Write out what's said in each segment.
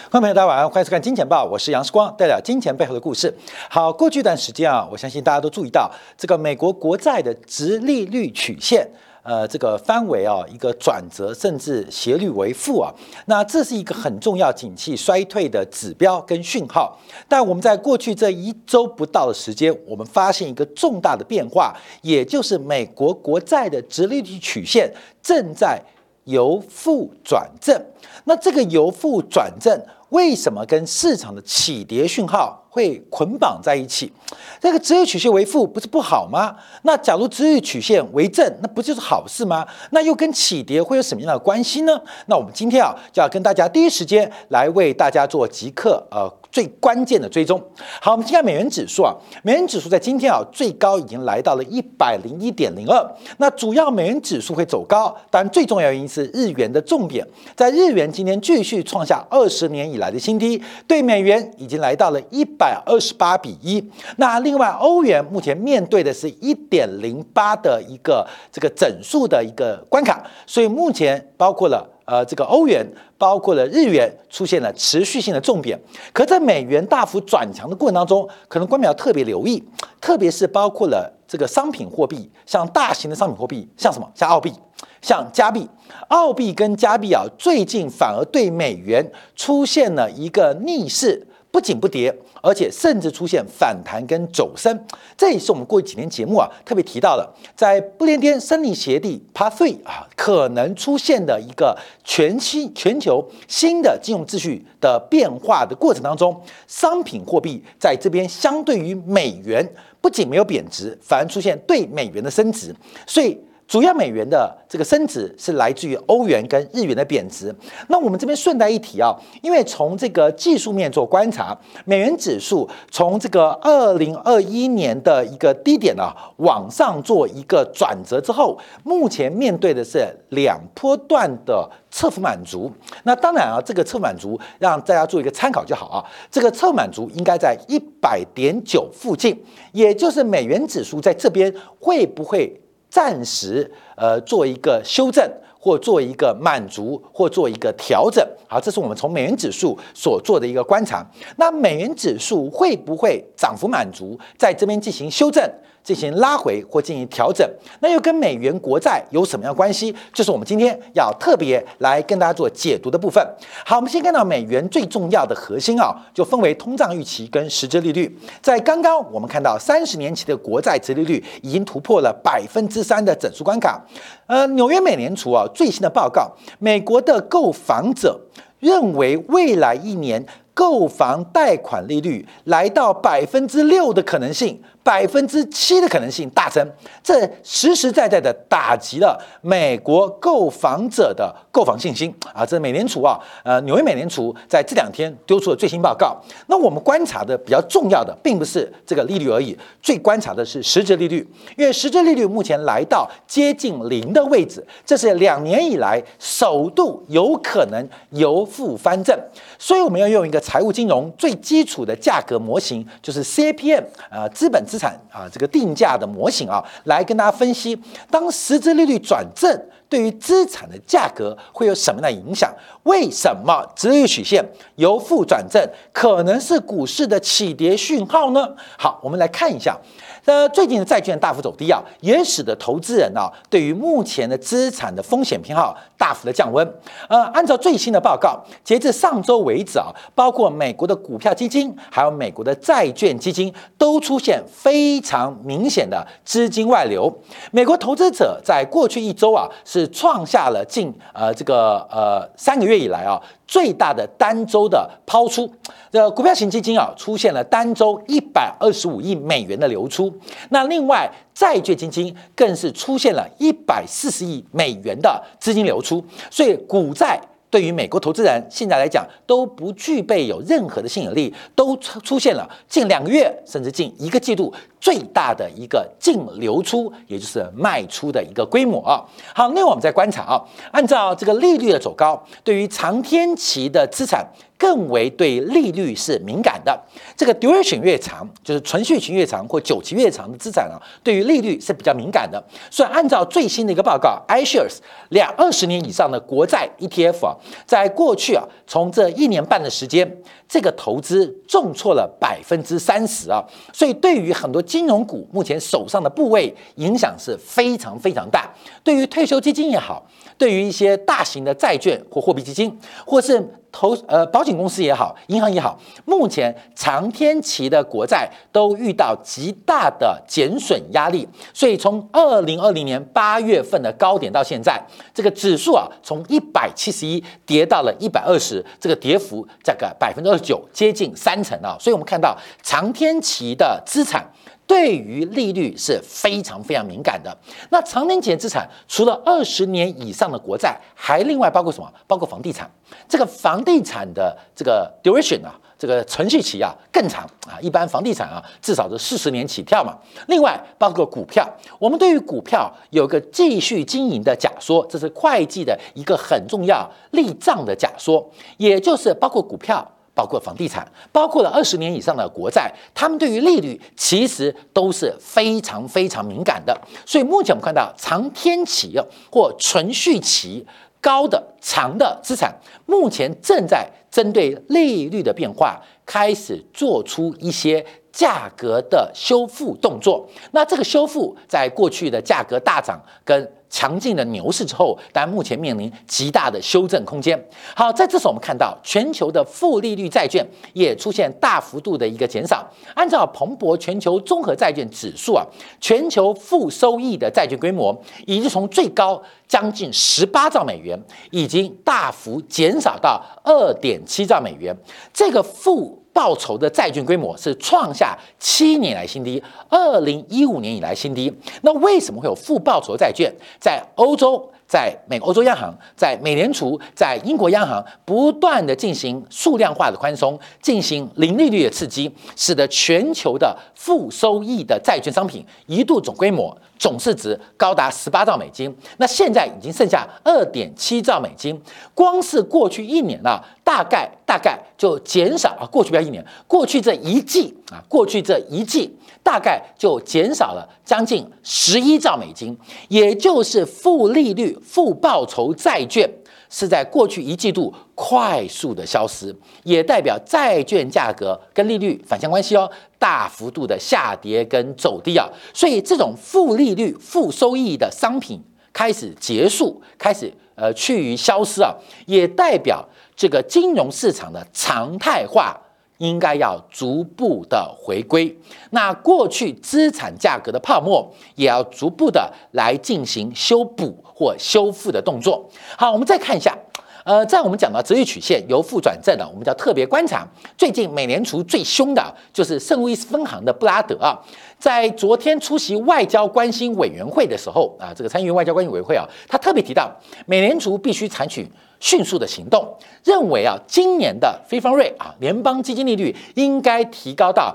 观众朋友，大家晚上好，欢迎收看《金钱报》，我是杨世光，带来金钱背后的故事。好，过去一段时间啊，我相信大家都注意到，这个美国国债的殖利率曲线，这个翻为一个转折，甚至斜率为负啊。那这是一个很重要景气衰退的指标跟讯号。但我们在过去这一周不到的时间，我们发现一个重大的变化，也就是美国国债的殖利率曲线正在由负转正。那这个由负转正为什么跟市场的起跌讯号会捆绑在一起？这个殖利率曲线为负不是不好吗？那假如殖利率曲线为正，那不就是好事吗？那又跟起跌会有什么样的关系呢？那我们今天就要跟大家第一时间来为大家做即刻最关键的追踪。好，我们先看美元指数美元指数在今天最高已经来到了101.02。那主要美元指数会走高，当然最重要的原因是日元的重贬，在日元今天继续创下20年以来的新低，对美元已经来到了128:1。那另外欧元目前面对的是1.08的一个这个整数的一个关卡，所以目前包括了这个欧元，包括了日元出现了持续性的重贬。可在美元大幅转强的过程当中，可能观众要特别留意，特别是包括了这个商品货币，像大型的商品货币，像什么？像澳币，像加币。澳币跟加币最近反而对美元出现了一个逆势，不仅不跌，而且甚至出现反弹跟走升。这也是我们过去几年节目特别提到的，在不列颠森林协定 Part 3可能出现的一个全球新的金融秩序的变化的过程当中，商品货币在这边相对于美元不仅没有贬值，反而出现对美元的升值，所以主要美元的这个升值是来自于欧元跟日元的贬值。那我们这边顺带一提因为从这个技术面做观察，美元指数从这个2021年的一个低点往上做一个转折之后，目前面对的是两波段的侧幅满足。那当然这个侧幅满足让大家做一个参考就好这个侧幅满足应该在100.9附近，也就是美元指数在这边会不会暂时做一个修正，或做一个满足，或做一个调整。好，这是我们从美元指数所做的一个观察。那美元指数会不会涨幅满足，在这边进行修正、进行拉回或进行调整？那又跟美元国债有什么样的关系？就是我们今天要特别来跟大家做解读的部分。好，我们先看到美元最重要的核心就分为通胀预期跟实质利率。在刚刚我们看到30年期的国债殖利率已经突破了3%的整数关卡。纽约美联储最新的报告，美国的购房者认为未来1年购房贷款利率来到6%的可能性，7%的可能性大增，这实实在在的打击了美国购房者的购房信心这是美联储纽约美联储在这2天丢出的最新报告。那我们观察的比较重要的，并不是这个利率而已，最观察的是实质利率，因为实质利率目前来到接近0的位置，这是2年以来首度有可能由负翻正，所以我们要用一个财务金融最基础的价格模型，就是 CAPM 资本资产这个定价的模型来跟大家分析，当实质利率转正对于资产的价格会有什么样的影响？为什么殖利率曲线由负转正可能是股市的起跌讯号呢？好，我们来看一下。最近的债券大幅走低也使得投资人对于目前的资产的风险偏好大幅的降温。按照最新的报告，截至上周为止包括美国的股票基金，还有美国的债券基金，都出现非常明显的资金外流。美国投资者在过去1周是创下了近3个月以来最大的单周的抛出。股票型基金出现了单周125亿美元的流出。那另外债券基金更是出现了140亿美元的资金流出，所以股债对于美国投资人现在来讲都不具备有任何的吸引力，都出现了近2个月甚至近1个季度最大的一个净流出，也就是卖出的一个规模好，那我们再观察按照这个利率的走高，对于长天期的资产更为对利率是敏感的。这个 duration 越长，就是存续期越长或久期越长的资产啊，对于利率是比较敏感的。所以按照最新的一个报告 ，iShares 20年以上的国债 ETF 啊，在过去啊，从这1年半的时间，这个投资重挫了30%啊，所以对于很多金融股目前手上的部位影响是非常非常大。对于退休基金也好，对于一些大型的债券或货币基金，或是保险公司也好，银行也好，目前长天期的国债都遇到极大的减损压力，所以从2020年8月份的高点到现在，这个指数啊从171跌到了120，这个跌幅这个29%，接近30%啊，所以我们看到长天期的资产对于利率是非常非常敏感的。那长天期的资产除了20年以上的国债，还另外包括什么？包括房地产。这个房地产的这个 duration 啊，这个存续期啊更长啊，一般房地产啊至少是40年起跳嘛。另外包括股票，我们对于股票有个继续经营的假说，这是会计的一个很重要立账的假说，也就是包括股票。包括房地产，包括了20年以上的国债，他们对于利率其实都是非常非常敏感的。所以目前我们看到长天期或存续期高的长的资产，目前正在针对利率的变化开始做出一些价格的修复动作。那这个修复在过去的价格大涨跟强劲的牛市之后，但目前面临极大的修正空间。好，在这时候我们看到全球的负利率债券也出现大幅度的一个减少。按照彭博全球综合债券指数啊，全球负收益的债券规模已经从最高将近18兆美元，已经大幅减少到2.7兆美元。这个负报酬的债券规模是创下7年来新低，2015年以来新低。那为什么会有负报酬债券？在欧洲，在欧洲央行，在美联储，在英国央行不断的进行数量化的宽松，进行零利率的刺激，使得全球的负收益的债券商品一度总规模总市值高达18兆美金，那现在已经剩下2.7兆美金。光是过去1年啊，大概就减少啊，过去不要1年，过去这一季大概就减少了将近11兆美金，也就是负利率、负报酬债券是在过去1季度快速的消失，也代表债券价格跟利率反向关系大幅度的下跌跟走低啊，所以这种负利率、负收益的商品开始结束，开始趋于消失啊，也代表这个金融市场的常态化应该要逐步的回归。那过去资产价格的泡沫也要逐步的来进行修补或修复的动作。好，我们再看一下。在我们讲到殖利率曲线由负转正我们叫特别观察。最近美联储最凶的就是圣路易斯分行的布拉德啊，在昨天出席外交关心委员会的时候啊，这个参议院外交关系委员会啊，他特别提到美联储必须采取迅速的行动，认为今年的非方瑞联邦基金利率应该提高到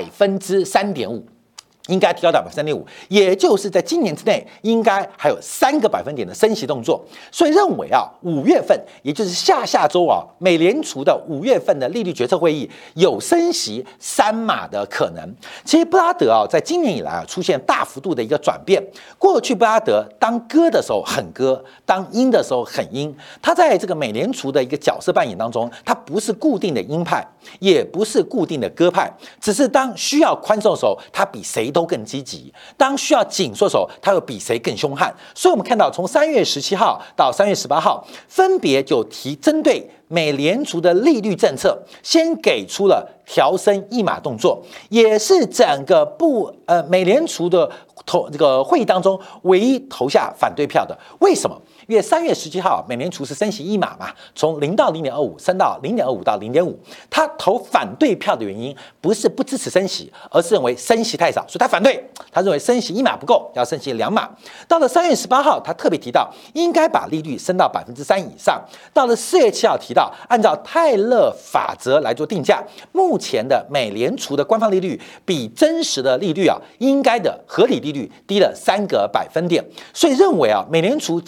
3.5%。应该提高到3.5%，也就是在今年之内应该还有3个百分点的升息动作。所以认为5月份，也就是下周美联储的5月份的利率决策会议有升息3码的可能。其实布拉德在今年以来出现大幅度的一个转变。过去布拉德当鸽的时候很鸽，当鹰的时候很鹰。他在这个美联储的一个角色扮演当中，他不是固定的鹰派，也不是固定的鸽派，只是当需要宽松的时候，他比谁都更积极，当需要紧缩的时候，它会比谁更凶悍。所以我们看到从3月17号到3月18号，分别就针对美联储的利率政策，先给出了调升1码动作，也是整个美联储的这个会议当中唯一投下反对票的。为什么？因为3月17号美联储是升息1码嘛，从0到0.25升到0.25到0.5。他投反对票的原因不是不支持升息，而是认为升息太少，所以他反对。他认为升息1码不够，要升息2码。到了3月18号，他特别提到应该把利率升到3%以上。到了4月7号提到，按照泰勒法则来做定价，目前的美联储的官方利率比真实的利率应该的合理利率低了3个百分点，所以认为美联储仅靠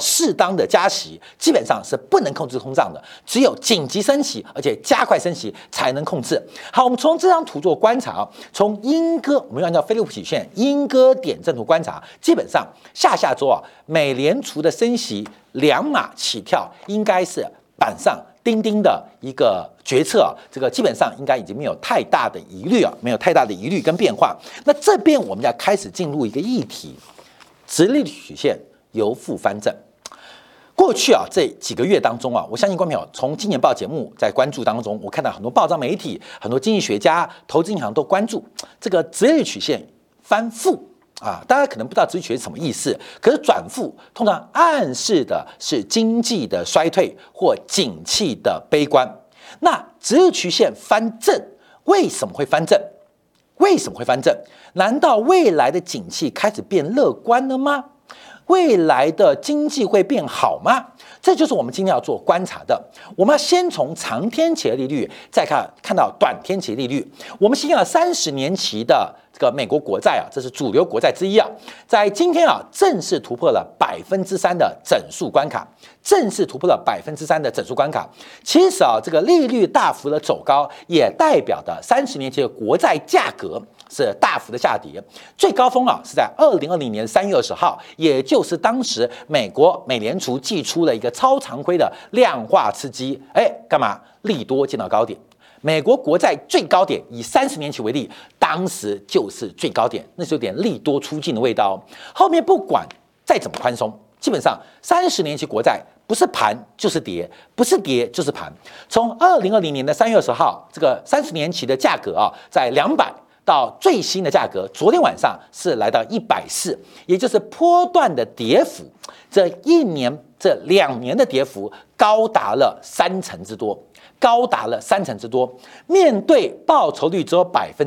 适当的加息，基本上是不能控制通胀的，只有紧急升息，而且加快升息才能控制。好，我们从这张图做观察，从鹰鸽，我们按照菲利普曲线鹰鸽点阵图观察，基本上下周美联储的升息2码起跳，应该是板上钉钉的一个决策这个基本上应该已经没有太大的疑虑没有太大的疑虑跟变化。那这边我们要开始进入一个议题，殖利率曲线由负翻正。过去这几个月当中我相信观众朋友从金钱报节目在关注当中，我看到很多报章媒体、很多经济学家、投资银行都关注这个殖利率曲线翻负大家可能不知道殖利率曲线什么意思，可是转负通常暗示的是经济的衰退或景气的悲观。那殖利率曲线翻正为什么会翻正？为什么会翻正？难道未来的景气开始变乐观了吗？未来的经济会变好吗？这就是我们今天要做观察的。我们要先从长天期的利率，再看到短天期的利率。我们先要30年期的这个美国国债这是主流国债之一在今天正式突破了3%的整数关卡，正式突破了3%的整数关卡。其实这个利率大幅的走高，也代表的30年期的国债价格是大幅的下跌，最高峰是在2020年3月20号，也就是当时美联储祭出了一个超常规的量化刺激，干嘛？利多见到高点。美国国债最高点以30年期为例，当时就是最高点，那是有点利多出尽的味道后面不管再怎么宽松，基本上30年期国债不是盘就是跌，不是跌就是盘。从2020年的3月20号，这个30年期的价格在200。到最新的价格，昨天晚上是来到140，也就是波段的跌幅，这2年的跌幅高达了30%之多，高达了30%之多。面对报酬率只有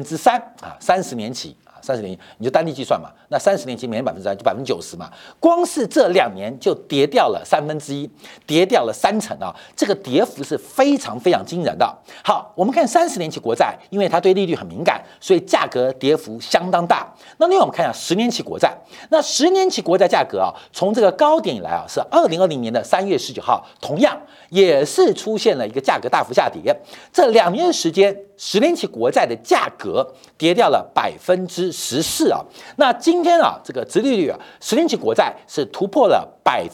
3%30年期30年你就单利计算嘛，那30年期每年3%就90%嘛，光是这2年就跌掉了1/3，跌掉了30%这个跌幅是非常非常惊人的。好，我们看30年期国债，因为它对利率很敏感，所以价格跌幅相当大。那另外我们看一下10年期国债，那10年期国债价格从这个高点以来是2020年的3月19号，同样也是出现了一个价格大幅下跌。这2年的时间，10年期国债的价格跌掉了14%那今天这个殖利率10年期国债是突破了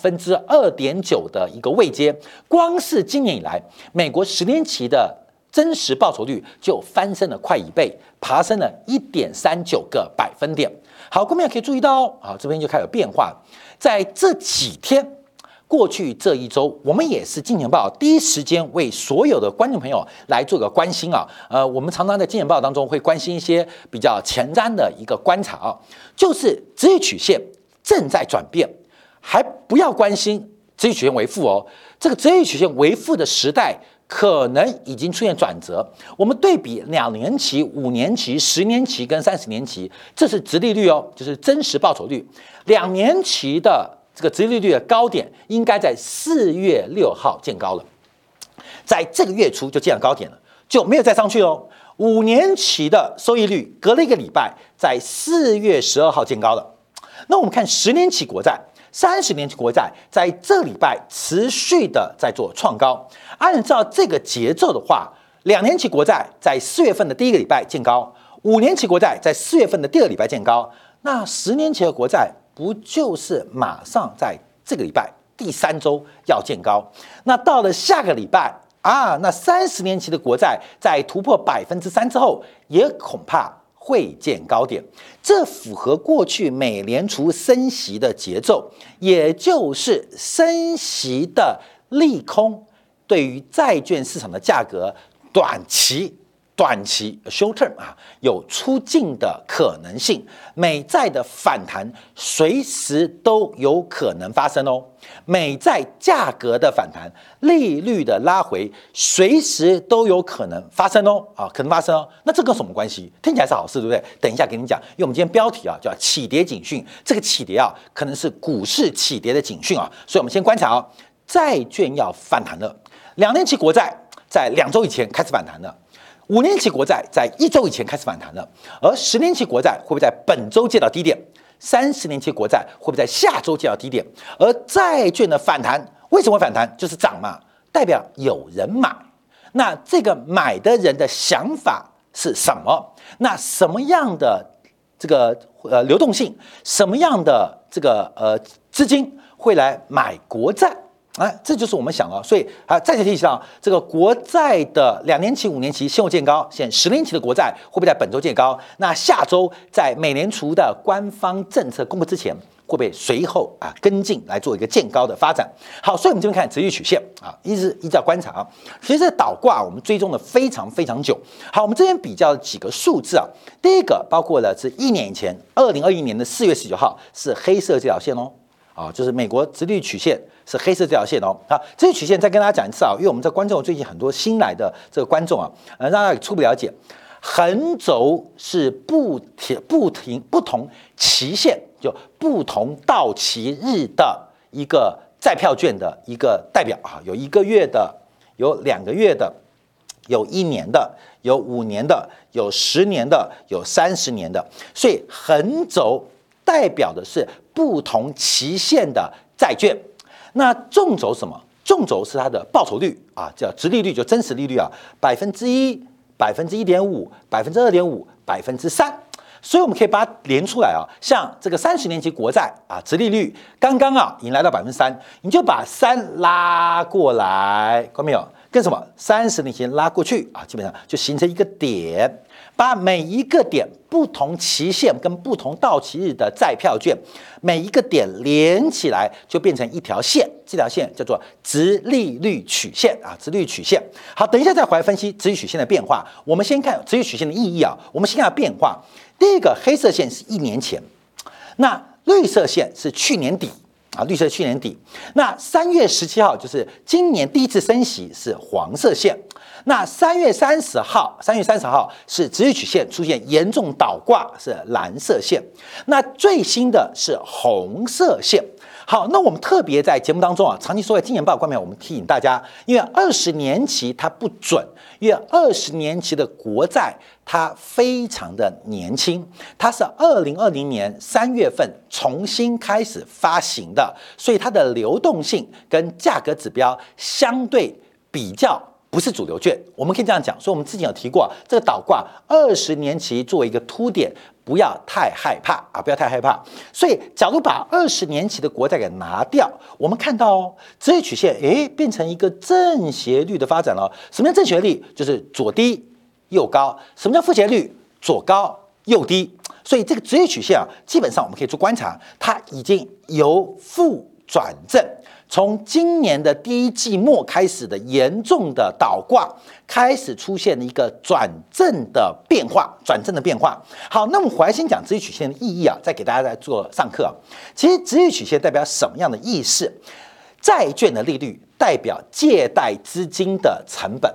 2.9%的一个位阶。光是今年以来，美国10年期的真实报酬率就翻升了快1倍，爬升了1.39个百分点。好，观众可以注意到这边就开始有变化。在这几天。过去这一周，我们也是金钱报第一时间为所有的观众朋友来做个关心我们常常在金钱报当中会关心一些比较前瞻的一个观察就是殖利率曲线正在转变，还不要关心殖利率曲线为负这个殖利率曲线为负的时代可能已经出现转折。我们对比2年期、5年期、10年期跟30年期，这是殖利率就是真实报酬率。2年期的这个殖利率的高点应该在4月6号见高了，在这个月初就见到高点了，就没有再上去喽。5年期的收益率隔了1个礼拜，在4月12号见高了。那我们看10年期国债、30年期国债，在这个礼拜持续的在做创高。按照这个节奏的话，2年期国债在4月份的第1个礼拜见高，5年期国债在4月份的第2个礼拜见高，那10年期的国债不就是马上在这个礼拜第3周要见高？那到了下个礼拜那30年期的国债在突破3%之后，也恐怕会见高点。这符合过去美联储升息的节奏，也就是升息的利空对于债券市场的价格短期 short term 有出尽的可能性，美债的反弹随时都有可能发生美债价格的反弹、利率的拉回，随时都有可能发生可能发生那这跟什么关系？听起来是好事，对不对？等一下给你讲，因为我们今天标题叫起跌警讯，这个起跌可能是股市起跌的警讯所以我们先观察债券要反弹了。2年期国债在2周以前开始反弹了。5年期国债在1周以前开始反弹了，而10年期国债会不会在本周见到低点 30年期国债会不会在下周见到低点？而债券的反弹为什么会反弹？就是涨嘛，代表有人买。那这个买的人的想法是什么？那什么样的这个流动性，什么样的这个资金会来买国债？哎，这就是我们想了。所以再次提醒到，这个国债的2年期、5年期现货见高，现10年期的国债会不会在本周见高？那下周在美联储的官方政策公布之前，会不会随后跟进来做一个见高的发展？好，所以我们这边看殖利率曲线一直依照观察其实这倒挂我们追踪了非常非常久。好，我们这边比较几个数字第一个包括了是1年以前，2021年的4月19号是黑色这条线就是美国殖利率曲线是黑色这条线这条曲线再跟大家讲一次因为我们这观众最近很多新来的这个观众让大家初步了解，横轴是不同期限，就不同到期日的一个债票券的一个代表有1个月的，有2个月的，有1年的，有5年的，有10年的，有30年的，所以横轴代表的是不同期限的债券。那纵轴什么？纵轴是它的报酬率叫殖利率，就真实利率1%、1.5%、2.5%、3%。所以我们可以把它连出来像这个30年期国债殖利率刚刚已经来到3%，你就把3拉过来，看到没有？跟什么30年期拉过去基本上就形成一个点，把每一个点不同期限跟不同到期日的债票券，每一个点连起来就变成一条线，这条线叫做殖利率曲线殖利率曲线。好，等一下再回来分析殖利率曲线的变化。我们先看殖利率曲线的意义我们先看变化。第一个黑色线是1年前，那绿色线是去年底绿色去年底。那3月17号就是今年第一次升息是黄色线。那3月30号是殖利率曲线出现严重倒挂是蓝色线。那最新的是红色线。好，那我们特别在节目当中长期说在金钱报观众，我们提醒大家，因为20年期它不准，因为20年期的国债它非常的年轻，它是2020年3月份重新开始发行的，所以它的流动性跟价格指标相对比较不是主流券，我们可以这样讲。所以我们之前有提过，这个倒挂20年期作为一个凸点，不要太害怕不要太害怕。所以假如把20年期的国债给拿掉，我们看到殖利率曲线变成一个正斜率的发展了。什么叫正斜率？就是左低右高。什么叫负斜率？左高右低。所以这个殖利率曲线基本上我们可以做观察，它已经由负转正。从今年的第1季末开始的严重的倒挂，开始出现一个转正的变化，好，那我们回来先讲殖利率曲线的意义再给大家来做上课其实殖利率曲线代表什么样的意思？债券的利率代表借贷资金的成本，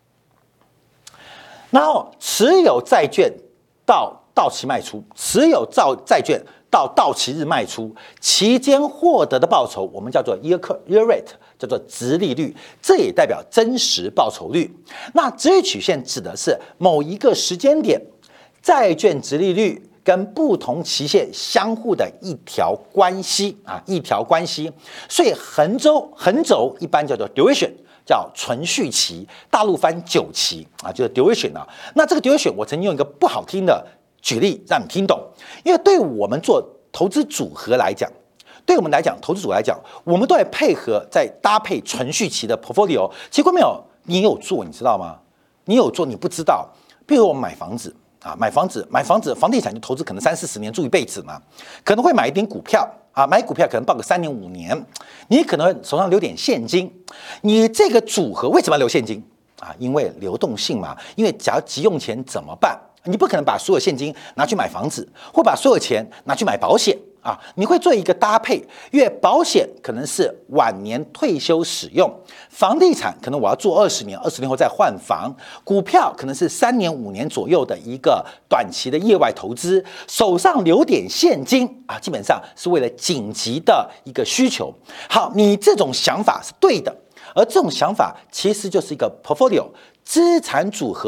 然后持有债券到到期卖出，持有债券到到期日卖出，期间获得的报酬我们叫做 year rate， 叫做殖利率，这也代表真实报酬率。那殖利率曲线指的是某一个时间点债券殖利率跟不同期限相互的一条关系所以横轴一般叫做 duration，叫存续期，大陆翻久期就是 duration 那这个 duration 我曾经用一个不好听的举例让你听懂，因为对我们做投资组合来讲，投资组合来讲，我们都会配合在搭配存续期的 portfolio。结果没有，你有做，你知道吗？你有做，你不知道。比如我们买房子买房子，房地产就投资可能30-40年，住一辈子嘛，可能会买一点股票买股票可能抱个3年5年，你可能手上留点现金。你这个组合为什么要留现金因为流动性嘛，因为假如急用钱怎么办？你不可能把所有现金拿去买房子，或把所有钱拿去买保险你会做一个搭配，因为保险可能是晚年退休使用，房地产可能我要做20年，20年后再换房，股票可能是3年5年左右的一个短期的业外投资，手上留点现金基本上是为了紧急的一个需求。好，你这种想法是对的，而这种想法其实就是一个 portfolio 资产组合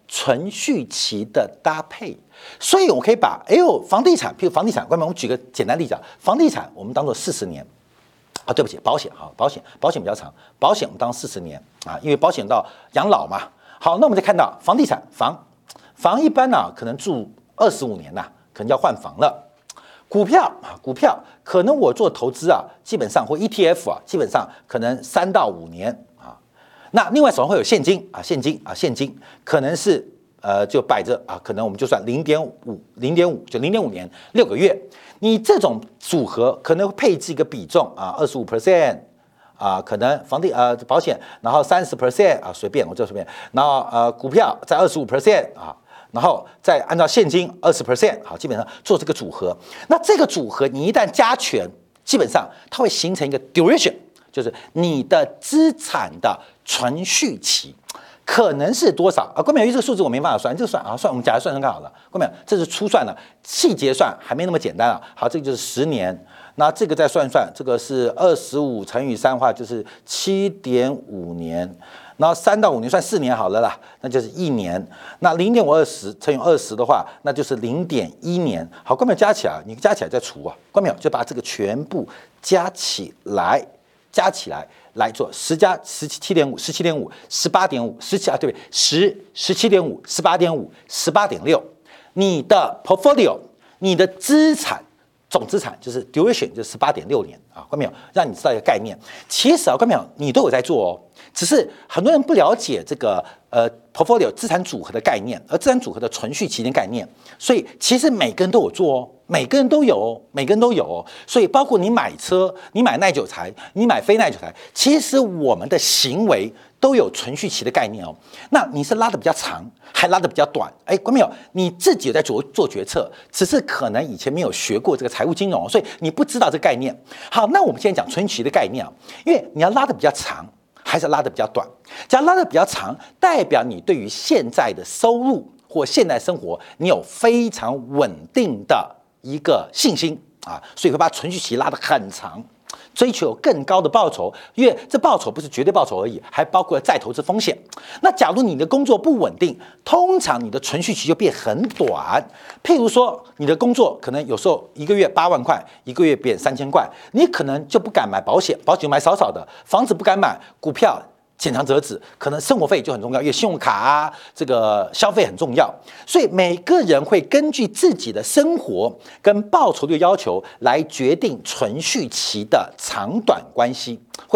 存续期的搭配。所以我可以把房地产，譬如房地产，我们举个简单例子啊，房地产我们当做40年。对不起，保险保险比较长，保险我们当40年啊，因为保险到养老嘛。好，那我们再看到房地产，房一般呢可能住25年呐，可能要换房了。股票可能我做投资啊，基本上或 ETF 啊，基本上可能3到5年啊。那另外手上会有现金可能是就摆着啊，可能我们就算0.5就0.5年6个月。你这种组合可能会配置一个比重啊，25%啊，可能保险，然后30%啊，随便，然后股票在25%啊，然后再按照现金20%，好，基本上做这个组合。那这个组合你一旦加权，基本上它会形成一个 duration， 就是你的资产的存续期。可能是多少啊？观众朋友，这个数字我没办法算，这个算我们假如算看好了。观众朋友，这是初算的，细节算还没那么简单啊。好，这个就是10年，那这个再算，这个是25乘以3的话，就是7.5年，然后3到5年算4年好了啦，那就是1年。那0.520乘以20的话，那就是0.1年。好，观众朋友加起来，你加起来再除啊，观众朋友就把这个全部加起来来做10加17.5、17.5、18.5、17.5、18.5、18.6，你的 portfolio， 你的资产总资产就是 duration， 就是18.6年啊，看到没有？让你知道一个概念。其实啊，看到没有？你都有在做哦，只是很多人不了解这个portfolio 资产组合的概念，而资产组合的存续期间概念，所以其实每个人都有做哦。每个人都有哦，所以包括你买车、你买耐久材、你买非耐久材，其实我们的行为都有存续期的概念哦。那你是拉的比较长，还拉的比较短？观众朋友，你自己有在做决策，只是可能以前没有学过这个财务金融，所以你不知道这个概念。好，那我们现在讲存续期的概念啊，因为你要拉的比较长，还是拉的比较短？只要拉的比较长，代表你对于现在的收入或现代生活，你有非常稳定的一个信心啊，所以会把存续期拉得很长，追求更高的报酬，因为这报酬不是绝对报酬而已，还包括再投资风险。那假如你的工作不稳定，通常你的存续期就变很短。譬如说，你的工作可能有时候1个月8万块，1个月变3000块，你可能就不敢买保险，保险买少少的，房子不敢买，股票浅尝辄止，可能生活费就很重要，因为信用卡啊，这个消费很重要，所以每个人会根据自己的生活跟报酬率要求来决定存续期的长短关系，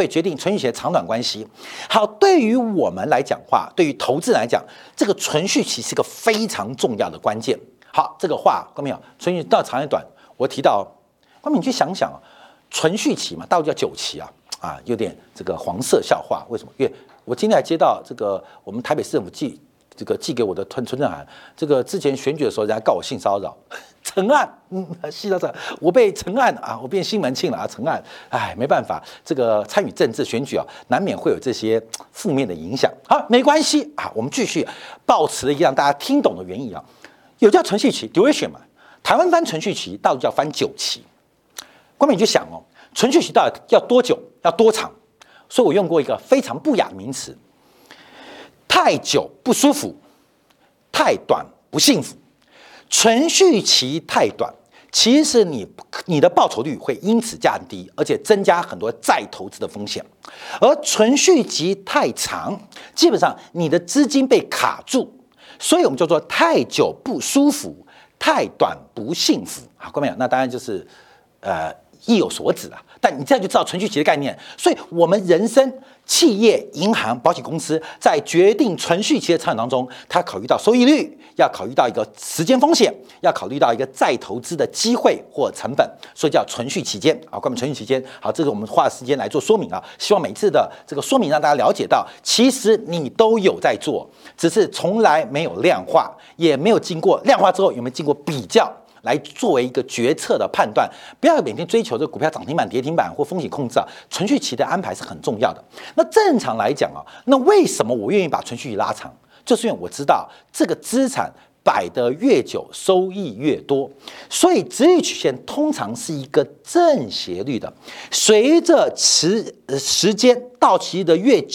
好，对于我们来讲话，对于投资人来讲，这个存续期是个非常重要的关键。好，这个话看到没有？存续到长与短，我提到，观众你去想想，存续期嘛，大陆叫9期啊，有点这个黄色笑话。为什么？因为我今天还接到这个我们台北市政府寄给我的存证函，这个之前选举的时候，人家告我性骚扰，成案，细到这，我被成案啊，我变西门庆了啊，成案，没办法，这个参与政治选举啊，难免会有这些负面的影响。好，没关系啊，我们继续抱持一个让大家听懂的原意啊，有叫存续期 duration 嘛，台湾翻存续期，大陆叫翻9期。观众你就想哦。存续期到底要多久？要多长？所以我用过一个非常不雅的名词：太久不舒服，太短不幸福。存续期太短，其实你的报酬率会因此降低，而且增加很多再投资的风险；而存续期太长，基本上你的资金被卡住，所以我们叫做太久不舒服，太短不幸福。好，各位朋友，那当然就是意有所指啊，但你这样就知道存续期的概念。所以，我们人生、企业、银行、保险公司在决定存续期的参与当中，它考虑到收益率，要考虑到一个时间风险，要考虑到一个再投资的机会或成本，所以叫存续期间啊。关于存续期间，好，这个我们花时间来做说明啊。希望每次的这个说明让大家了解到，其实你都有在做，只是从来没有量化，也没有经过量化之后有没有经过比较。来作为一个决策的判断，不要每天追求这股票涨停板、跌停板或风险控制啊，存续期的安排是很重要的。那正常来讲啊，那为什么我愿意把存续期拉长？就是因为我知道这个资产摆得越久，收益越多，所以殖利率曲线通常是一个正斜率的，随着时间到期的越久。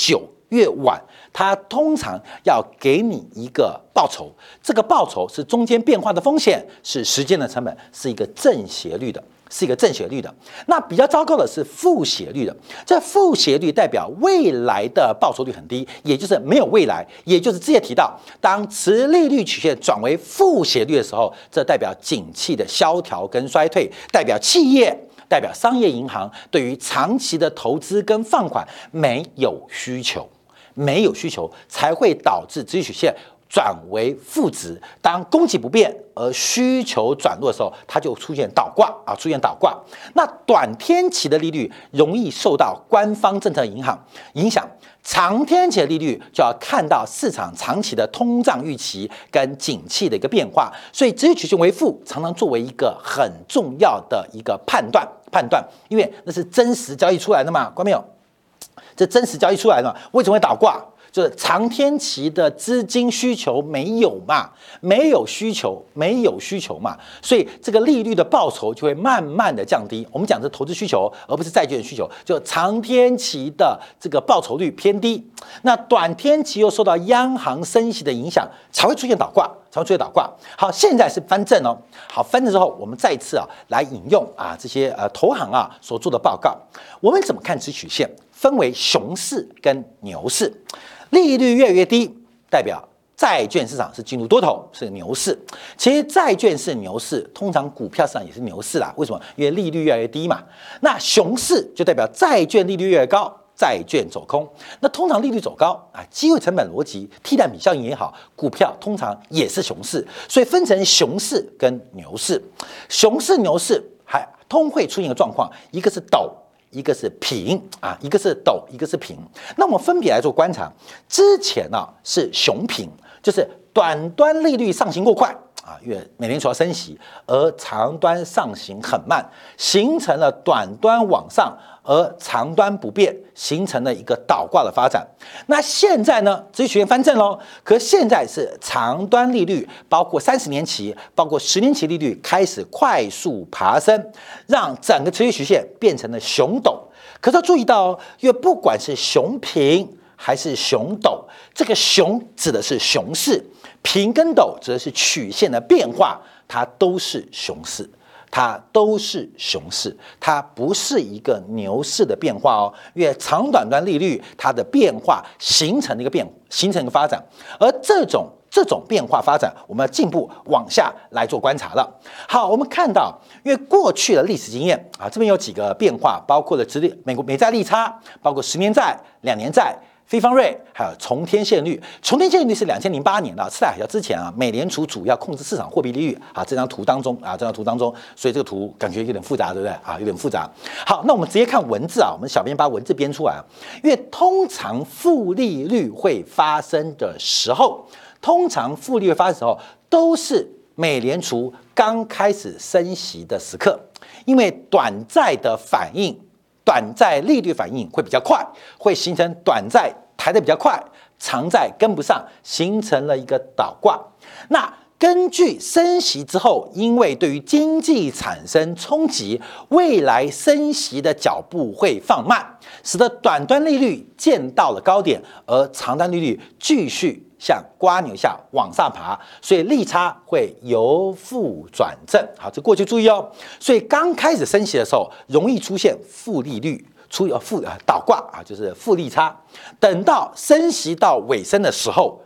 越晚，它通常要给你一个报酬，这个报酬是中间变化的风险，是时间的成本，是一个正斜率的。那比较糟糕的是负斜率的，这负斜率代表未来的报酬率很低，也就是没有未来，也就是之前提到，当殖利率曲线转为负斜率的时候，这代表景气的萧条跟衰退，代表企业、代表商业银行对于长期的投资跟放款没有需求才会导致殖利率曲线转为负值，当供给不变而需求转弱的时候，它就出现倒挂。那短天期的利率容易受到官方政策影响，长天期的利率就要看到市场长期的通胀预期跟景气的一个变化，所以殖利率曲线为负常常作为一个很重要的一个判断，因为那是真实交易出来的嘛，观众朋友，这真实交易出来的，为什么会倒挂？就是长天期的资金需求没有需求嘛，所以这个利率的报酬就会慢慢的降低。我们讲的是投资需求，而不是债券的需求。就长天期的这个报酬率偏低，那短天期又受到央行升息的影响，才会出现倒挂。好，现在是翻正哦。好，翻正之后，我们再一次来引用这些投行所做的报告。我们怎么看殖曲线？分为熊市跟牛市。利率越来越低，代表债券市场是进入多头，是牛市。其实债券是牛市，通常股票市场也是牛市啦。为什么？因为利率越来越低嘛。那熊市就代表债券利率越来越高，债券走空。那通常利率走高机会成本逻辑、替代品效应也好，股票通常也是熊市，所以分成熊市跟牛市。熊市、牛市还通会出现一个状况，一个是陡，一个是平一个是陡，一个是平。那我们分别来做观察。之前是熊平，就是短端利率上行过快因为美联储要升息，而长端上行很慢，形成了短端往上，而长端不变，形成了一个倒挂的发展。那现在呢，殖利率曲线翻正喽，可现在是长端利率，包括30年期，包括10年期利率开始快速爬升，让整个殖利率曲线变成了熊陡。可是要注意到因为不管是熊平还是熊陡，这个熊指的是熊市，平跟陡指的是曲线的变化，它都是熊市，它不是一个牛市的变化因为长短端利率它的变化形成一个发展，而这种变化发展，我们要进一步往下来做观察了。好，我们看到，因为过去的历史经验这边有几个变化，包括了美国美债利差，包括10年债、2年债。非方瑞还有重天现率，重天现率是2008年次贷海啸之前美联储主要控制市场货币利率这张图当中，所以这个图感觉有点复杂，对不对有点复杂。好，那我们直接看文字我们小编把文字编出来因为通常负利率会发生的时候，都是美联储刚开始升息的时刻，因为短债利率反应会比较快，会形成短债抬得比较快，长债跟不上，形成了一个倒挂。那根据升息之后，因为对于经济产生冲击，未来升息的脚步会放慢，使得短端利率见到了高点，而长端利率继续像瓜牛下往上爬，所以利差会由负转正。好，这过去注意所以刚开始升息的时候，容易出现负利率，倒挂就是负利差。等到升息到尾声的时候，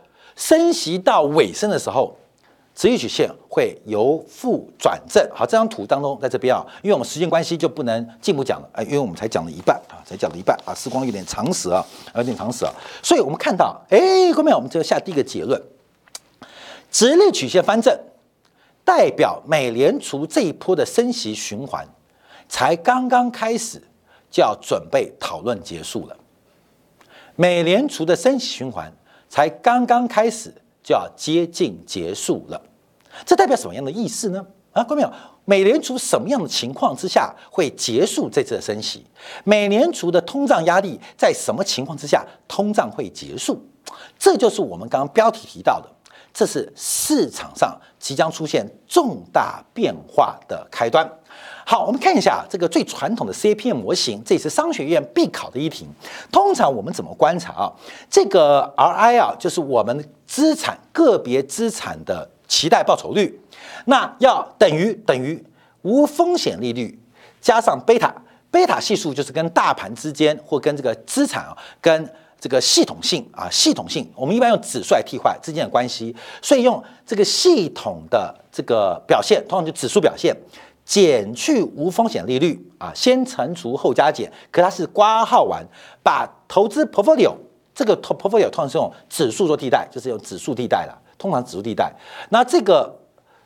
殖利率曲线会由负转正。好，这张图当中在这边因为我们时间关系就不能进一步讲了因为我们才讲了一半时光有点长时所以我们看到各位我们就下第一个结论，殖利率曲线翻正，代表美联储这一波的升息循环才刚刚开始，就要准备讨论结束了。美联储的升息循环才刚刚开始，就要接近结束了，这代表什么样的意思呢？各位朋友，美联储什么样的情况之下会结束这次的升息？美联储的通胀压力在什么情况之下通胀会结束？这就是我们刚刚标题提到的，这是市场上即将出现重大变化的开端。 好，我们看一下这个最传统的 CAPM 模型，这也是商学院必考的一题。通常我们怎么观察啊？这个 RI 啊，就是我们个别资产的期待报酬率，那要等于无风险利率加上贝塔，贝塔系数就是跟大盘之间或跟这个资产跟这个系统性，我们一般用指数来替换之间的关系，所以用这个系统的这个表现，通常就指数表现。减去无风险利率先乘除后加减，可它是括号完，把投资 portfolio 这个 portfolio 通常是用指数做替代，就是用指数替代了，通常指数替代。那这个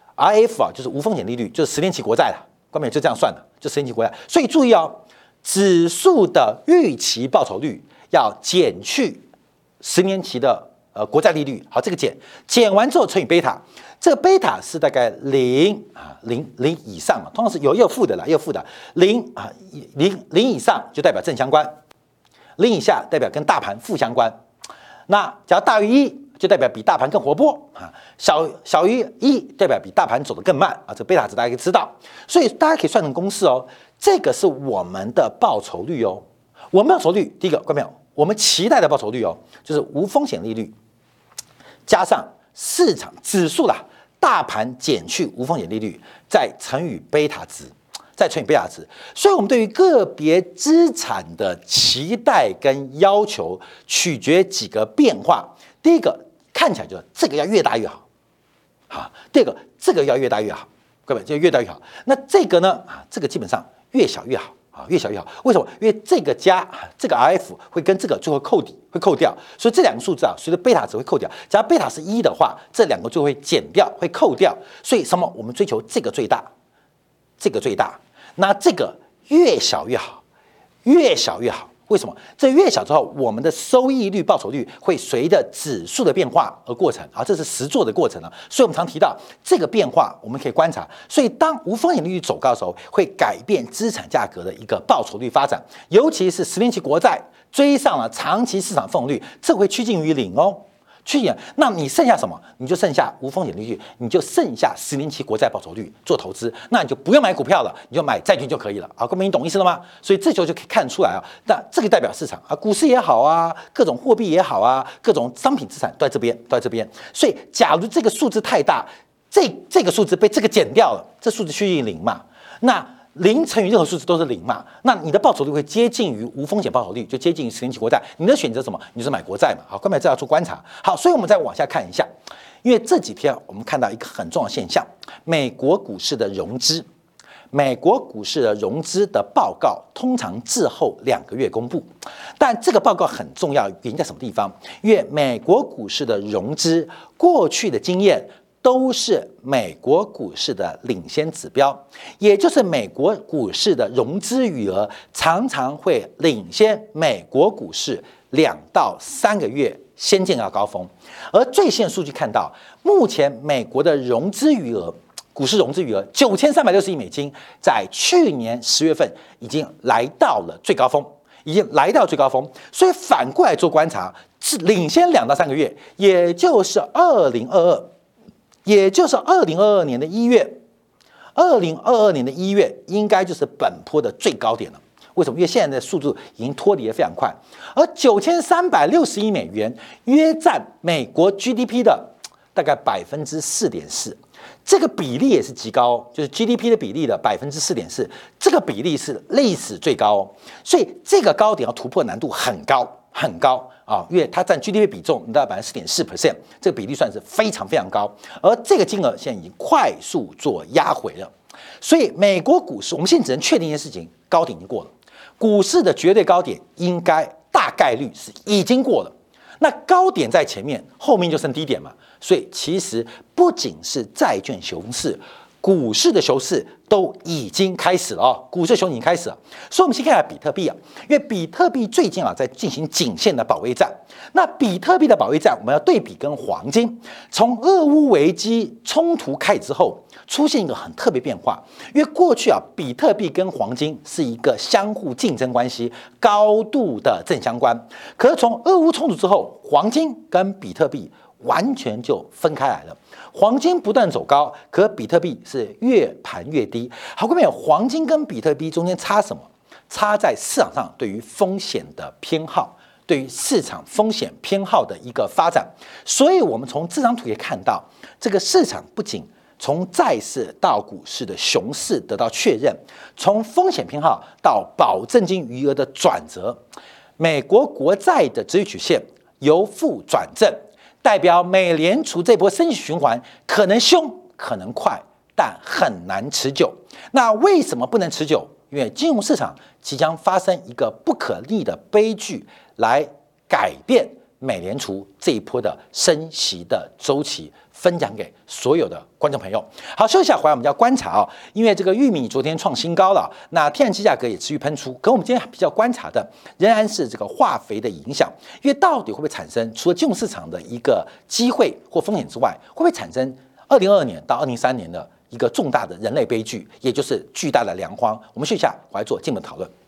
RF 就是无风险利率，就是10年期国债了，观众就这样算的，就10年期国债。所以注意哦，指数的预期报酬率要减去10年期的国债利率，好，这个减完之后乘以贝塔。这个贝塔是大概0以上通常是也有负的啦，也有负的0以上就代表正相关，0以下代表跟大盘负相关。那只要大于1，就代表比大盘更活泼小于1代表比大盘走得更慢这个贝塔值大家可以知道，所以大家可以算成公式哦。这个是我们的报酬率哦，我们报酬率第一个，看到没有？我们期待的报酬率哦，就是无风险利率加上市场指数啦，大盘减去无风险利率，再乘以贝塔值，所以我们对于个别资产的期待跟要求，取决几个变化。第一个看起来就是这个要越大越好，第二个这个要越大越好，各位就越大越好。那这个呢这个基本上越小越好。越小越好，为什么？因为这个RF 会跟这个最后扣底，会扣掉，所以这两个数字随着贝塔值会扣掉。假如贝塔是1的话，这两个就会减掉，会扣掉。所以什么？我们追求这个最大，那这个越小越好，越小越好。为什么？这越小之后，我们的收益率、报酬率会随着指数的变化而过程这是实作的过程所以我们常提到这个变化，我们可以观察。所以当无风险利率走高的时候，会改变资产价格的一个报酬率发展，尤其是10年期国债追上了长期市场份额率，这会趋近于0哦。那你剩下什么？你就剩下无风险利率，你就剩下10年期国债报酬率做投资，那你就不用买股票了，你就买债券就可以了各位你懂意思了吗？所以这时候就可以看出来那这个代表市场股市也好各种货币也好各种商品资产都在这边。所以假如这个数字太大，这个数字被这个减掉了，这数字趋近于0嘛，那0乘以任何数字都是0嘛，那你的报酬率会接近于无风险报酬率，就接近于10年期国债。你的选择什么？你就是买国债嘛。好，各位这要做观察。好，所以我们再往下看一下，因为这几天我们看到一个很重要的现象，美国股市的融资的报告通常滞后2个月公布，但这个报告很重要，原因在什么地方？因为美国股市的融资过去的经验都是美国股市的领先指标，也就是美国股市的融资余额常常会领先美国股市2到3个月先见到高峰。而最新的数据看到，目前美国的融资余额，股市融资余额9360亿美金，在去年10月份已经来到了最高峰，所以反过来做观察，是领先2到3个月，也就是2022年的1月，2022年的1月应该就是本波的最高点了。为什么？因为现在的速度已经脱离得非常快，而9360亿美元约占美国 GDP 的大概4.4%，这个比例也是极高就是 GDP 的比例的4.4%，这个比例是历史最高所以这个高点要突破难度很高。因为它占 GDP 比重大概4.4%，这个比例算是非常高，而这个金额现在已经快速做压回了。所以美国股市，我们现在只能确定一件事情，高点已经过了，股市的绝对高点应该大概率是已经过了。那高点在前面，后面就剩低点嘛。所以其实不仅是债券熊市，股市的熊市都已经开始了股市熊已经开始了。所以我们先看一下比特币因为比特币最近在进行颈线的保卫战。那比特币的保卫战，我们要对比跟黄金。从俄乌危机冲突开始之后，出现一个很特别变化，因为过去比特币跟黄金是一个相互竞争关系，高度的正相关。可是从俄乌冲突之后，黄金跟比特币完全就分开来了。黄金不断走高，可比特币是越盘越低。好，各位朋友，黄金跟比特币中间差什么？差在市场上对于风险的偏好，对于市场风险偏好的一个发展。所以，我们从这张图也看到，这个市场不仅从债市到股市的熊市得到确认，从风险偏好到保证金余额的转折，美国国债的殖利率曲线由负转正，代表美联储这波升息循环可能凶，可能快，但很难持久。那为什么不能持久？因为金融市场即将发生一个不可逆的悲剧，来改变美联储这一波的升息的周期，分享给所有的观众朋友。好，休息一下，回来我们要观察因为这个玉米昨天创新高了，那天然气价格也持续喷出，可我们今天比较观察的仍然是这个化肥的影响，因为到底会不会产生除了金融市场的一个机会或风险之外，会不会产生2022年到2023年的一个重大的人类悲剧，也就是巨大的粮荒？我们休息一下，回来做进一步讨论。